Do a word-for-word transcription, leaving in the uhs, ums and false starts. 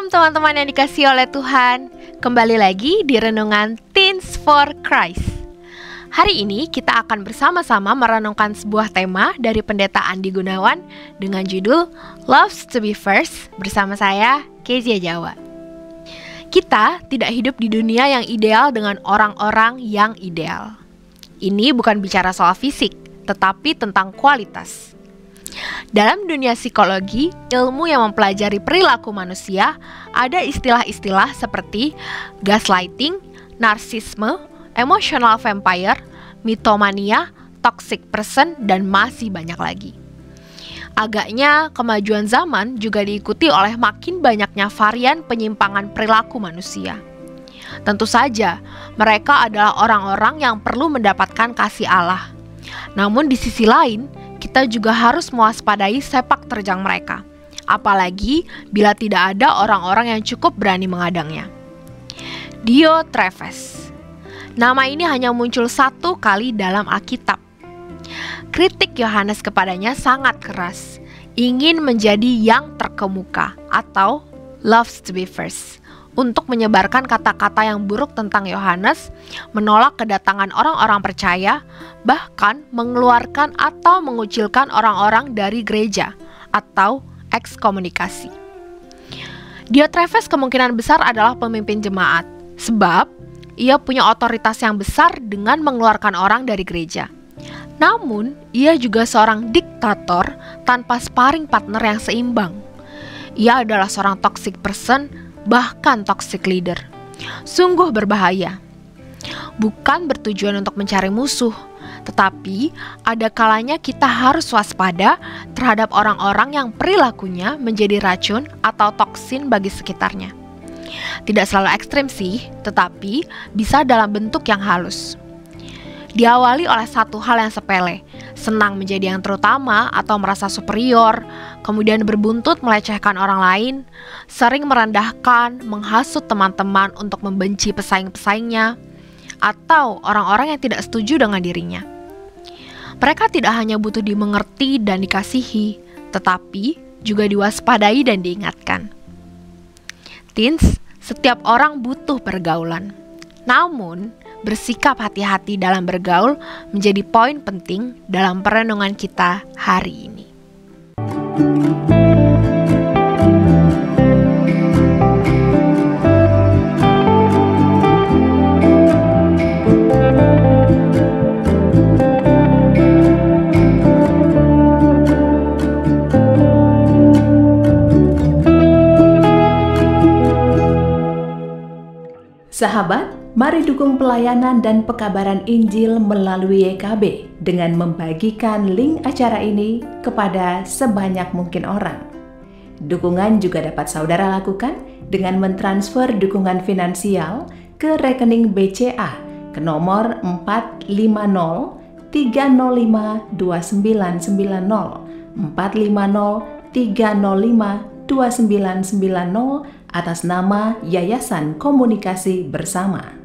teman-teman yang dikasihi oleh Tuhan. Kembali lagi di Renungan Teens for Christ. Hari ini kita akan bersama-sama merenungkan sebuah tema dari Pendeta Andi Gunawan dengan judul Loves to be First bersama saya, Kezia Jawa. Kita tidak hidup di dunia yang ideal dengan orang-orang yang ideal. Ini bukan bicara soal fisik, tetapi tentang kualitas. Dalam dunia psikologi, ilmu yang mempelajari perilaku manusia, ada istilah-istilah seperti gaslighting, narsisme, emotional vampire, mitomania, toxic person, dan masih banyak lagi. Agaknya kemajuan zaman juga diikuti oleh makin banyaknya varian penyimpangan perilaku manusia. Tentu saja, mereka adalah orang-orang yang perlu mendapatkan kasih Allah. Namun di sisi lain, kita juga harus mewaspadai sepak terjang mereka, apalagi bila tidak ada orang-orang yang cukup berani mengadangnya. Diotrephes. Nama ini hanya muncul satu kali dalam Alkitab. Kritik Yohanes kepadanya sangat keras, ingin menjadi yang terkemuka atau loves to be first. Untuk menyebarkan kata-kata yang buruk tentang Yohanes, menolak kedatangan orang-orang percaya, bahkan mengeluarkan atau mengucilkan orang-orang dari gereja atau ekskomunikasi. Diotrephes kemungkinan besar adalah pemimpin jemaat, sebab ia punya otoritas yang besar dengan mengeluarkan orang dari gereja. Namun, ia juga seorang diktator tanpa sparring partner yang seimbang. Ia adalah seorang toxic person, bahkan toxic leader. Sungguh berbahaya. Bukan bertujuan untuk mencari musuh, tetapi ada kalanya kita harus waspada terhadap orang-orang yang perilakunya menjadi racun atau toksin bagi sekitarnya. Tidak selalu ekstrim sih, tetapi bisa dalam bentuk yang halus. Diawali oleh satu hal yang sepele, senang menjadi yang terutama atau merasa superior, kemudian berbuntut melecehkan orang lain, sering merendahkan, menghasut teman-teman untuk membenci pesaing-pesaingnya, atau orang-orang yang tidak setuju dengan dirinya. Mereka tidak hanya butuh dimengerti dan dikasihi, tetapi juga diwaspadai dan diingatkan. Teens, setiap orang butuh pergaulan. Namun, bersikap hati-hati dalam bergaul menjadi poin penting dalam perenungan kita hari ini. Sahabat, mari dukung pelayanan dan pekabaran Injil melalui Y K B dengan membagikan link acara ini kepada sebanyak mungkin orang. Dukungan juga dapat saudara lakukan dengan mentransfer dukungan finansial ke rekening B C A ke nomor empat lima nol tiga nol lima dua sembilan sembilan nol empat lima nol tiga nol lima dua sembilan sembilan nol atas nama Yayasan Komunikasi Bersama.